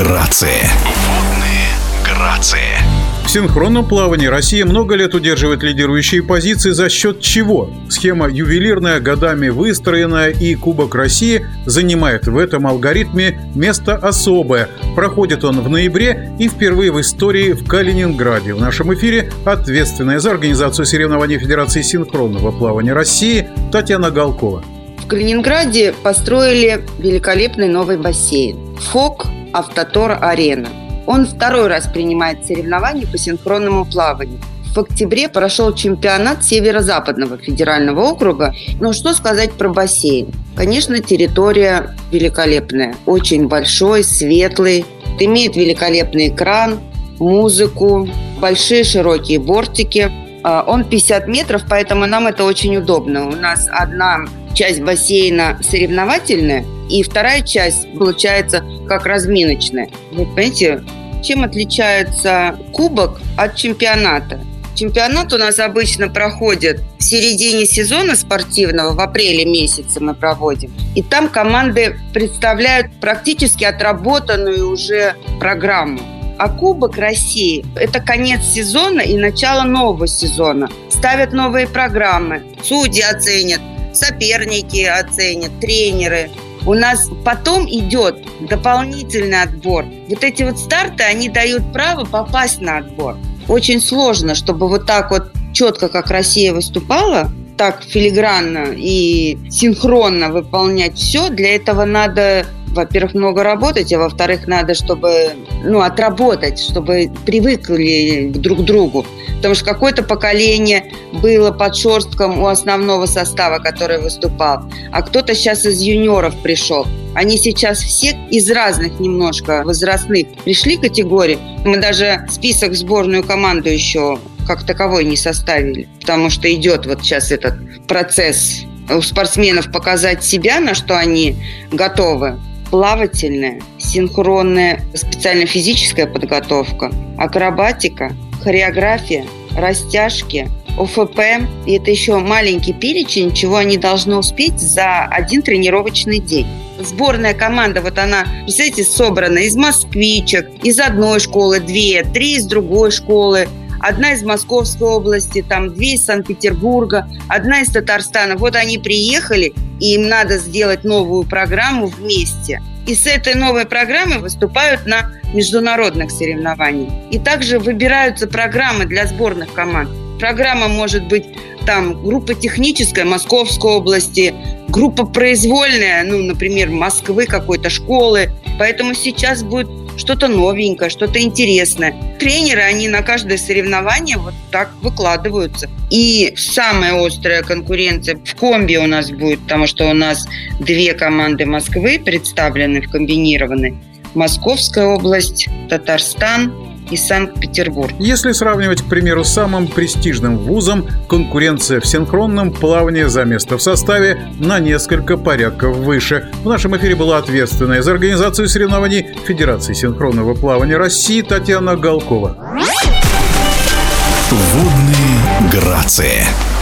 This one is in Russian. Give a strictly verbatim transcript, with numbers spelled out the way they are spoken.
грации. Водные грации. В синхронном плавании Россия много лет удерживает лидирующие позиции за счет чего? Схема ювелирная, годами выстроенная, и Кубок России занимает в этом алгоритме место особое. Проходит он в ноябре и впервые в истории в Калининграде. В нашем эфире ответственная за организацию соревнований Федерации синхронного плавания России Татьяна Галкова. В Калининграде построили великолепный новый бассейн «ФОК Автотор Арена». Он второй раз принимает соревнования по синхронному плаванию. В октябре прошел чемпионат Северо-Западного федерального округа. Но что сказать про бассейн? Конечно, территория великолепная. Очень большой, светлый. Имеет великолепный экран, музыку, большие широкие бортики. Он пятьдесят метров, поэтому нам это очень удобно. У нас одна часть бассейна соревновательная, и вторая часть получается как разминочная. Вы понимаете, чем отличается кубок от чемпионата? Чемпионат у нас обычно проходит в середине сезона спортивного, в апреле месяце мы проводим. И там команды представляют практически отработанную уже программу. А Кубок России – это конец сезона и начало нового сезона. Ставят новые программы, судьи оценят, соперники оценят, тренеры. У нас потом идет дополнительный отбор. Вот эти вот старты, они дают право попасть на отбор. Очень сложно, чтобы вот так вот четко, как Россия выступала, так филигранно и синхронно выполнять все. Для этого надо, во-первых, много работать, а во-вторых, надо, чтобы, ну, отработать, чтобы привыкли друг к другу. Потому что какое-то поколение было под шерстком у основного состава, который выступал, а кто-то сейчас из юниоров пришел. Они сейчас все из разных немножко возрастных пришли категорий. Мы даже список в сборную команду еще как таковой не составили, потому что идет вот сейчас этот процесс у спортсменов показать себя, на что они готовы. Плавательная, синхронная, специально физическая подготовка, акробатика, хореография, растяжки, ОФП. И это еще маленький перечень, чего они должны успеть за один тренировочный день. Сборная команда, вот она, представляете, собрана из москвичек, из одной школы две, три из другой школы, одна из Московской области, там две из Санкт-Петербурга, одна из Татарстана. Вот они приехали, и им надо сделать новую программу вместе. И с этой новой программой выступают на международных соревнованиях. И также выбираются программы для сборных команд. Программа может быть там группа техническая Московской области, группа произвольная, ну, например, Москвы какой-то школы. Поэтому сейчас будет что-то новенькое, что-то интересное. Тренеры, они на каждое соревнование вот так выкладываются. И самая острая конкуренция в комби у нас будет, потому что у нас две команды Москвы представлены в комбинированной. Московская область, Татарстан и Санкт-Петербург. Если сравнивать, к примеру, с самым престижным вузом, конкуренция в синхронном плавании за место в составе на несколько порядков выше. В нашем эфире была ответственная за организацию соревнований Федерации синхронного плавания России Татьяна Галкова. Водные грации.